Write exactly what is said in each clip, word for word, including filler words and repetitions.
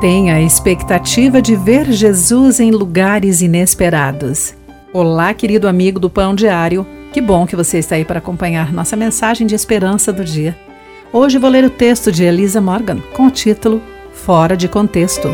Tenha a expectativa de ver Jesus em lugares inesperados. Olá, querido amigo do Pão Diário. Que bom que você está aí para acompanhar nossa mensagem de esperança do dia. Hoje vou ler o texto de Elisa Morgan com o título Fora de Contexto.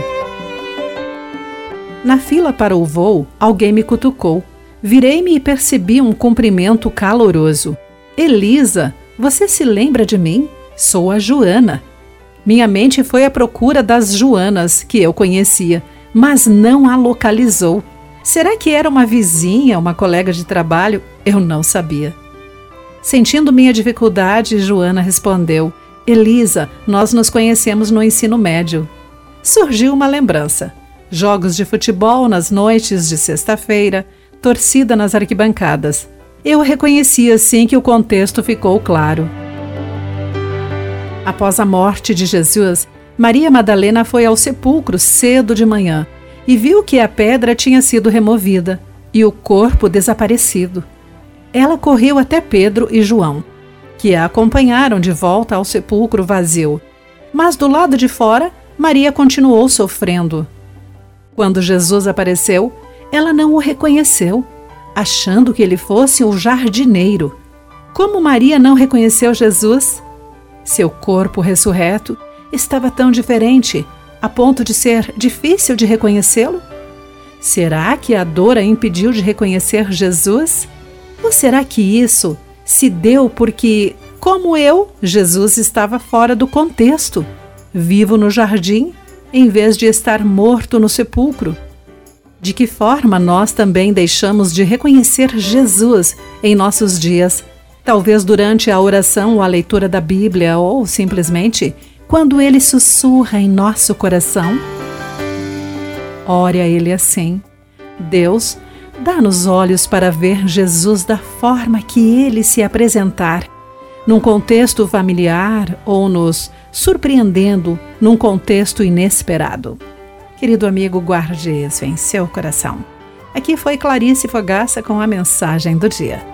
Na fila para o voo, alguém me cutucou. Virei-me e percebi um cumprimento caloroso. Elisa, você se lembra de mim? Sou a Joana. Minha mente foi à procura das Joanas que eu conhecia, mas não a localizou. Será que era uma vizinha, uma colega de trabalho? Eu não sabia. Sentindo minha dificuldade, Joana respondeu: Elisa, nós nos conhecemos no ensino médio. Surgiu uma lembrança. Jogos de futebol nas noites de sexta-feira, torcida nas arquibancadas. Eu reconheci assim que o contexto ficou claro. Após a morte de Jesus, Maria Madalena foi ao sepulcro cedo de manhã e viu que a pedra tinha sido removida e o corpo desaparecido. Ela correu até Pedro e João, que a acompanharam de volta ao sepulcro vazio. Mas do lado de fora, Maria continuou sofrendo. Quando Jesus apareceu, ela não o reconheceu, achando que ele fosse o jardineiro. Como Maria não reconheceu Jesus? Seu corpo ressurreto estava tão diferente, a ponto de ser difícil de reconhecê-lo? Será que a dor a impediu de reconhecer Jesus? Ou será que isso se deu porque, como eu, Jesus estava fora do contexto, vivo no jardim, em vez de estar morto no sepulcro? De que forma nós também deixamos de reconhecer Jesus em nossos dias? Talvez durante a oração ou a leitura da Bíblia, ou simplesmente quando Ele sussurra em nosso coração. Ore a Ele assim: Deus, dá-nos olhos para ver Jesus da forma que Ele se apresentar, num contexto familiar ou nos surpreendendo num contexto inesperado. Querido amigo, guarde isso em seu coração. Aqui foi Clarice Fogaça com a mensagem do dia.